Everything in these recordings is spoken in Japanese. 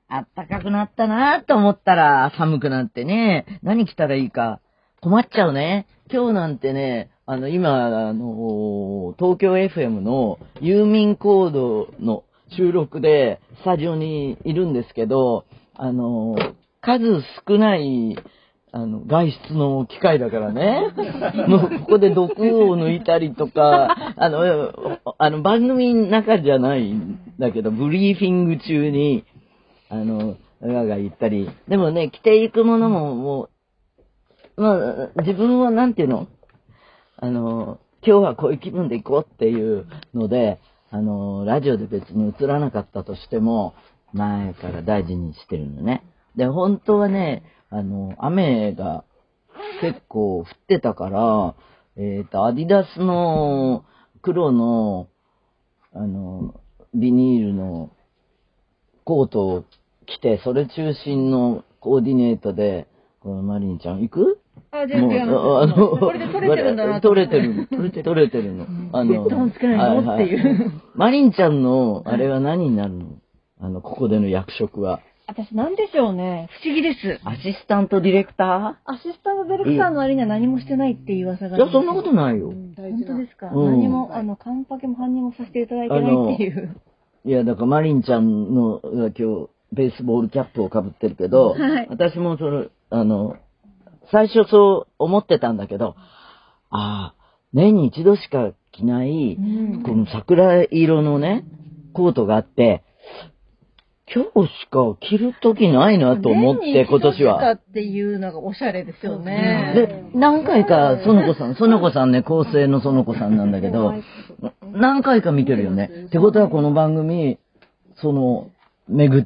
あったかくなったなと思ったら寒くなってね、何着たらいいか困っちゃうね。今日なんてね、今、東京 FM のユーミンコードの収録でスタジオにいるんですけど、数少ない外出の機会だからね。もうここで毒を抜いたりとか、番組の中じゃないんだけど、ブリーフィング中に、ガが言ったり。でもね、着ていくものももう、まあ、自分はなんていうの今日はこういう気分で行こうっていうので、ラジオで別に映らなかったとしても、前から大事にしてるのね。で、本当はね、雨が結構降ってたから、アディダスの黒の、ビニールのコートを着て、それ中心のコーディネートで、このマリンちゃん行く？ あ、じゃあ、これで撮れてるんだなと。 撮れてるの。ヘッドホンつけないのっていう。 マリンちゃんの、あれは何になるの？ここでの役職は。 私、なんでしょうね。不思議です。 アシスタントディレクター？アシスタントディレクターの割には何もしてないっていう噂が。 いや、そんなことないよ。 本当ですか？何も、カンパケも半にもさせていただいてないっていう。 いや、だからマリンちゃんの、今日、ベースボールキャップをかぶってるけど、 はい、 私も最初そう思ってたんだけど、年に一度しか着ない、この桜色のね、コートがあって、今日しか着るときないなと思って、今年は。 年に一度しかっていうのがおしゃれですよね。 で、何回か、園子さんね、構成の園子さんなんだけど、何回か見てるよね。ってことはこの番組、巡って、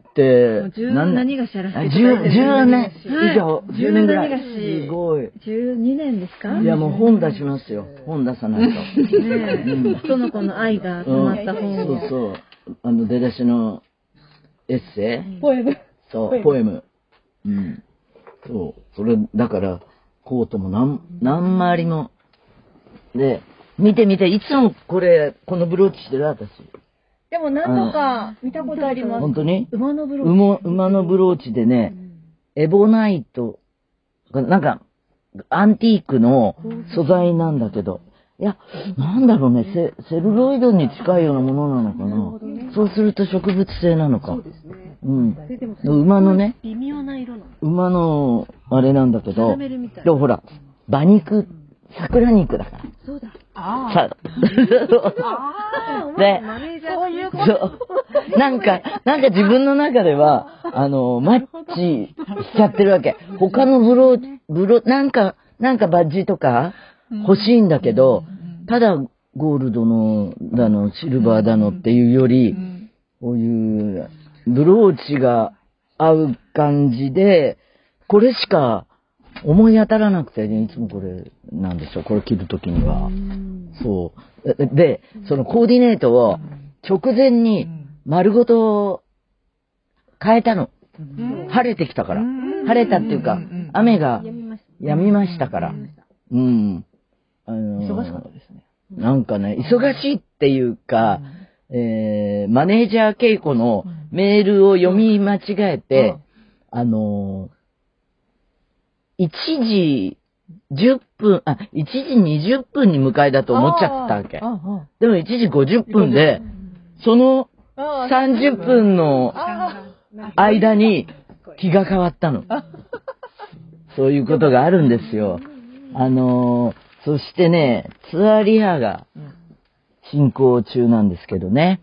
何がしやらせていただいて 10年以上、10年ぐらい。 すごい。 12年ですか？ いや、もう本出しますよ。本出さないと。 その子の愛が詰まった本を。 そう。出だしのエッセイ？ ポエム。 そう、ポエム。うん。そう。それ、だから、コートも何回りも。で、見て、いつもこのブローチしてる私。 でも何度か見たことあります。 本当に？ 馬のブローチ。 馬のブローチでね、エボナイト、なんか、アンティークの素材なんだけど、いや、なんだろうね、セルロイドに近いようなものなのかな。そうすると植物性なのか。そうですね。うん。馬のね、 微妙な色なの。 馬の、あれなんだけど、でもほら、馬肉、桜肉だから。 そうだ。 で、なんか自分の中では、マッチしちゃってるわけ。他のなんかバッジとか欲しいんだけど、ただゴールドのシルバーだのっていうより、こういうブローチが合う感じで、これしか思い当たらなくて、いつもこれなんでしょう、これ着るときには。そう。で、そのコーディネートを直前に丸ごと変えたの。晴れてきたから。晴れたっていうか、雨が止みましたから。うん。 忙しかったですね。 なんかね、忙しいっていうか、マネージャー稽古のメールを読み間違えて、1時10分、1時20分に迎えだと思っちゃったわけ。でも1時50分で、その30分の間に気が変わったの。そういうことがあるんですよ。そしてね、ツアーリハが進行中なんですけどね。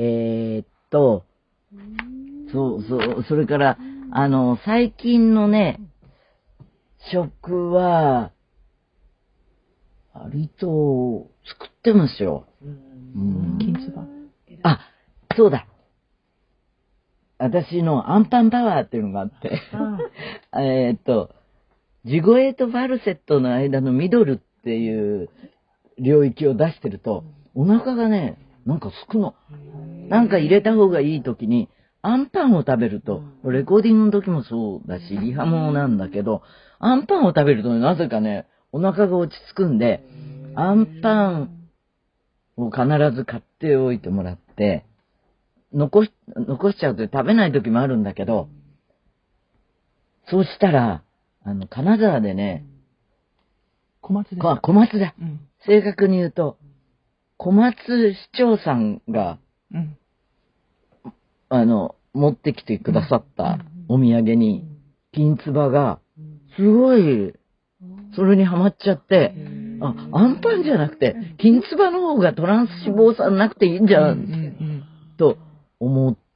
それから、最近のね、食は、割と作ってますよ。 金つば。 そうだ。私のアンパンパワーっていうのがあって、地声とファルセットの間のミドルっていう領域を出してると、お腹がね、なんかすくの。なんか入れた方がいい時に、アンパンを食べると、レコーディングの時もそうだし、リハもなんだけど、アンパンを食べるとなぜかね、お腹が落ち着くんで、アンパンを必ず買っておいてもらって、 残しちゃうと食べない時もあるんだけど、そうしたら、金沢でね、 小松です。 小松だ。 うん。 正確に言うと、小松市長さんが、 うん。 持ってきてくださったお土産に、金つばが、すごい、それにハマっちゃって、あんパンじゃなくて、金つばの方がトランス脂肪酸なくていいんじゃん、と思って、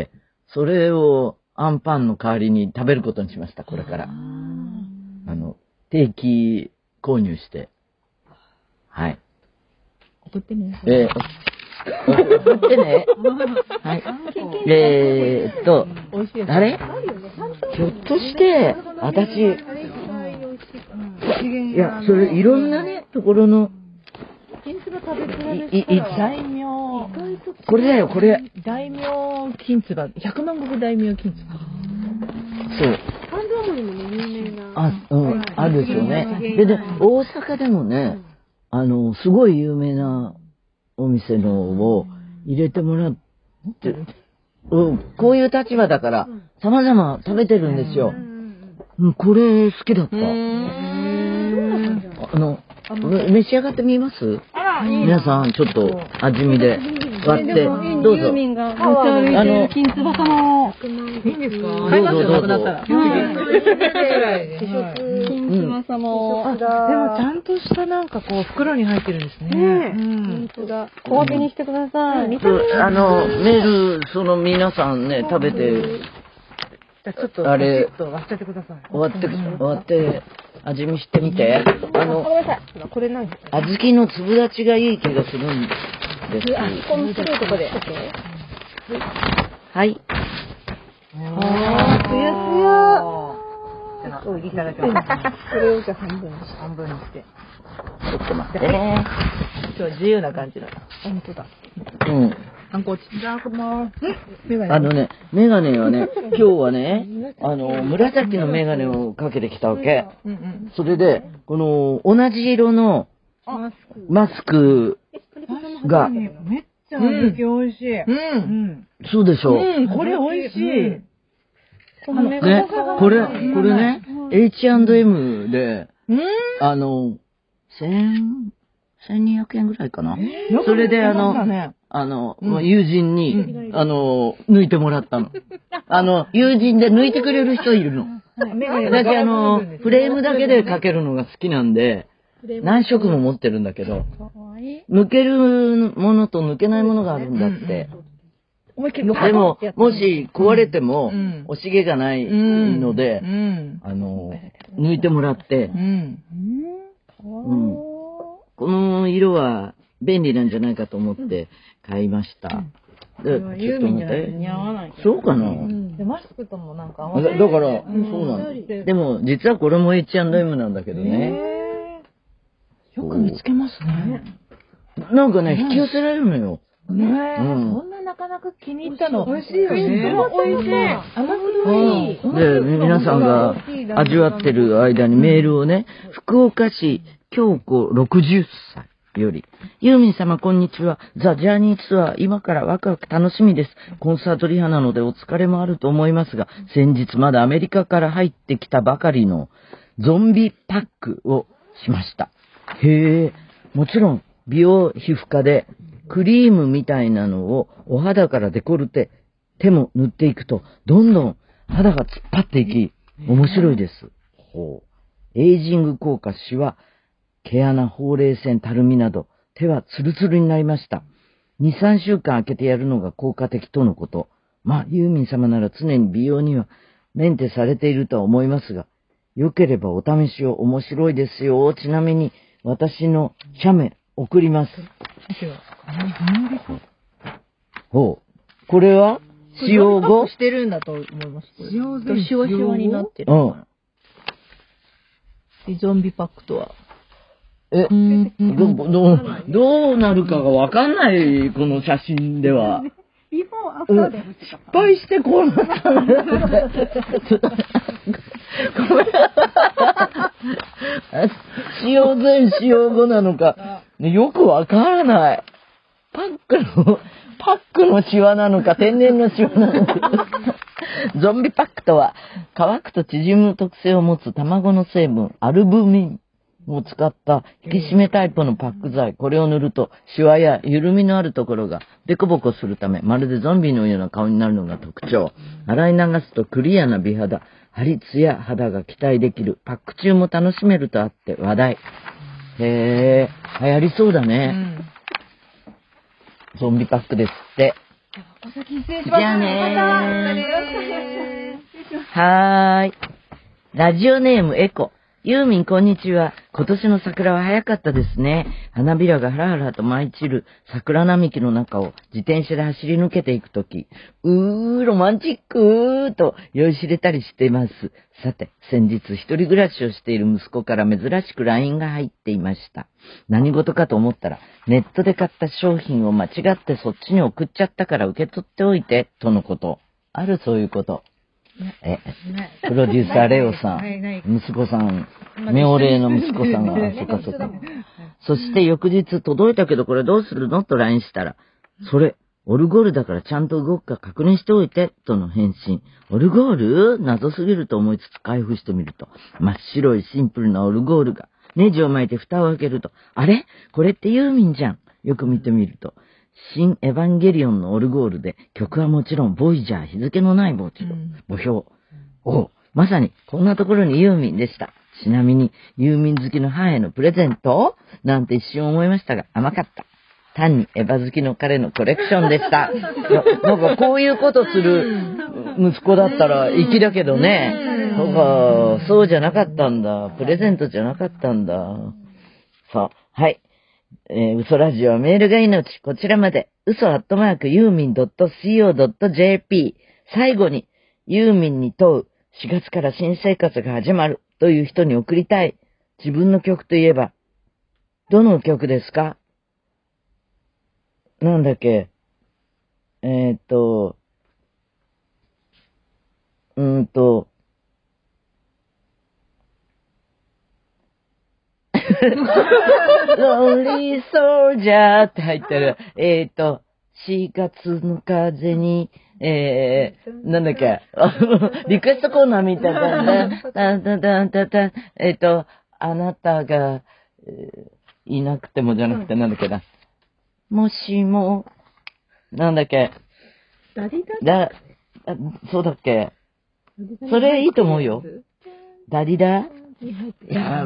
それをあんパンの代わりに食べることにしました、これから。定期購入して。はい。 送ってね。 送ってね。はい。あれひょっとして、私、いや、それ、いろんなね、ところの、 大名、 これだよ、これ。 大名金つば、100万石大名金つば。 そう。あるでしょうね。でね、大阪でもね、すごい有名なお店のを入れてもらって、こういう立場だから、様々食べてるんですよ。これ好きだった。召し上がってみます？皆さん、ちょっと味見で割って、どうぞ。 金翼も。 いいんですか？ どうぞ。 金翼も。 でもちゃんとしたなんかこう袋に入ってるんですね。 本当だ。小分けにしてください。 メール、皆さんね、食べて、 ちょっと、 あれ、 割っちゃってください。 終わって、味見してみて。 ごめんなさい。これ何ですか？ 小豆の粒立ちがいい気がするんです。 この白いとこで。 はい。 つやつや。 いただきます。 これをじゃあ半分にして。 ちょっと待ってね。 今日は自由な感じだ。 本当だ。 うん。 観光地。いただきます。 メガネはね、今日はね、紫のメガネをかけてきたわけ。それで、この、同じ色のマスクが、 めっちゃ美味しい。 そうでしょ。 これ美味しい。 ね、これね、H&M で、1200円ぐらいかな。それで友人に、抜いてもらったの。友人で抜いてくれる人いるの。だけフレームだけでかけるのが好きなんで、何色も持ってるんだけど、抜けるものと抜けないものがあるんだって。でも、もし壊れても、惜しげがないので、抜いてもらって、この色は便利なんじゃないかと思って買いました。で、ちょっと待って。 似合わない。 そうかな。 で、マスクともなんか合わだから、そうなんだ。でも、実はこれも H&M なんだけどね。 よく見つけますね。 なんかね、引き寄せられるのよ。 そんななかなか気に入ったの。美味しいよね。美味しい。甘くない。 で、皆さんが味わってる間にメールをね、福岡市京子60歳より。ユーミン様こんにちは。ザ・ジャーニーツアー、今からワクワク楽しみです。コンサートリハなのでお疲れもあると思いますが、先日まだアメリカから入ってきたばかりのゾンビパックをしました。へえ、もちろん美容皮膚科でクリームみたいなのをお肌からデコルテ、手も塗っていくと、どんどん肌が突っ張っていき、面白いです。エイジング効果、シワ、毛穴、ほうれい線、たるみなど、手はツルツルになりました。2、3週間空けてやるのが効果的とのこと。まあ、ユーミン様なら常に美容にはメンテされているとは思いますが、よければお試しを。面白いですよ。ちなみに、私の写メ送ります。これは使用後してるんだと思います。 使用後シワシワになってる。ゾンビパックとは。 どうなるかがわかんない、この写真では。 ビフォーアフターで。 失敗してこうなったんだ。ごめん。使用前、使用後なのか、よくわからない。パッパックのシワなのか、天然のシワなのか。ゾンビパックとは、乾くと縮む特性を持つ卵の成分、アルブミンを使った引き締めタイプのパック剤。これを塗ると、シワや緩みのあるところがデコボコするため、まるでゾンビのような顔になるのが特徴。洗い流すとクリアな美肌、ハリツヤ肌が期待できる。パック中も楽しめるとあって話題。へー、流行りそうだね。ゾンビパックですって。 お先失礼します。 じゃあねー。 またよろしくお願いします。 はーい。ラジオネームエコ。ユーミンこんにちは。今年の桜は早かったですね。花びらがハラハラと舞い散る桜並木の中を自転車で走り抜けていくとき、ロマンチックと酔いしれたりしています。さて、先日一人暮らしをしている息子から珍しく LINE が入っていました。何事かと思ったら、ネットで買った商品を間違ってそっちに送っちゃったから受け取っておいて、とのこと。あるそういうこと。プロデューサーレオさん、息子さん、妙齢の息子さんが、そっかそっか。そして翌日届いたけどこれどうするのと LINE したら、それ、オルゴールだからちゃんと動くか確認しておいて、との返信。オルゴール？謎すぎると思いつつ開封してみると、真っ白いシンプルなオルゴールが、ネジを巻いて蓋を開けると、あれ？これってユーミンじゃん。よく見てみると、新エヴァンゲリオンのオルゴールで、曲はもちろんボイジャー、日付のない墓標。まさにこんなところにユーミンでした。ちなみにユーミン好きの母へのプレゼントなんて一瞬思いましたが甘かった。単にエヴァ好きの彼のコレクションでした。なんかこういうことする息子だったら粋だけどね。そうじゃなかったんだ。プレゼントじゃなかったんだ。さあ、はい。嘘ラジオはメールが命。こちらまで。嘘@yumin.co.jp。最後に、ユーミンに問う。4月から新生活が始まる。という人に送りたい。自分の曲といえば。どの曲ですか？なんだっけ。Lonely Soldier って入ってる。4月の風に、なんだっけ、リクエストコーナーみたいな。あなたが、いなくてもじゃなくてなんだっけな。もしも、なんだっけ。そうだっけ。それいいと思うよ。ダディダ？いや、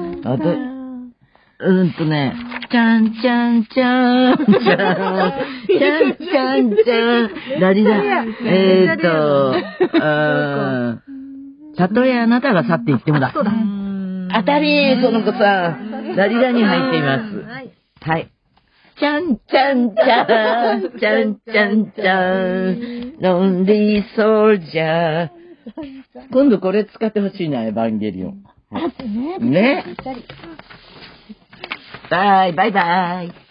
ちゃんちゃんちゃん、ちゃんちゃんちゃん、ダディダ。たとえあなたが去っていってもだ。当たり、その子さん、ダディダに入っています。はい。ちゃんちゃんちゃん、ちゃんちゃんちゃん、ロンリーソルジャー。今度これ使ってほしいな、エヴァンゲリオン。ね。バイバイ。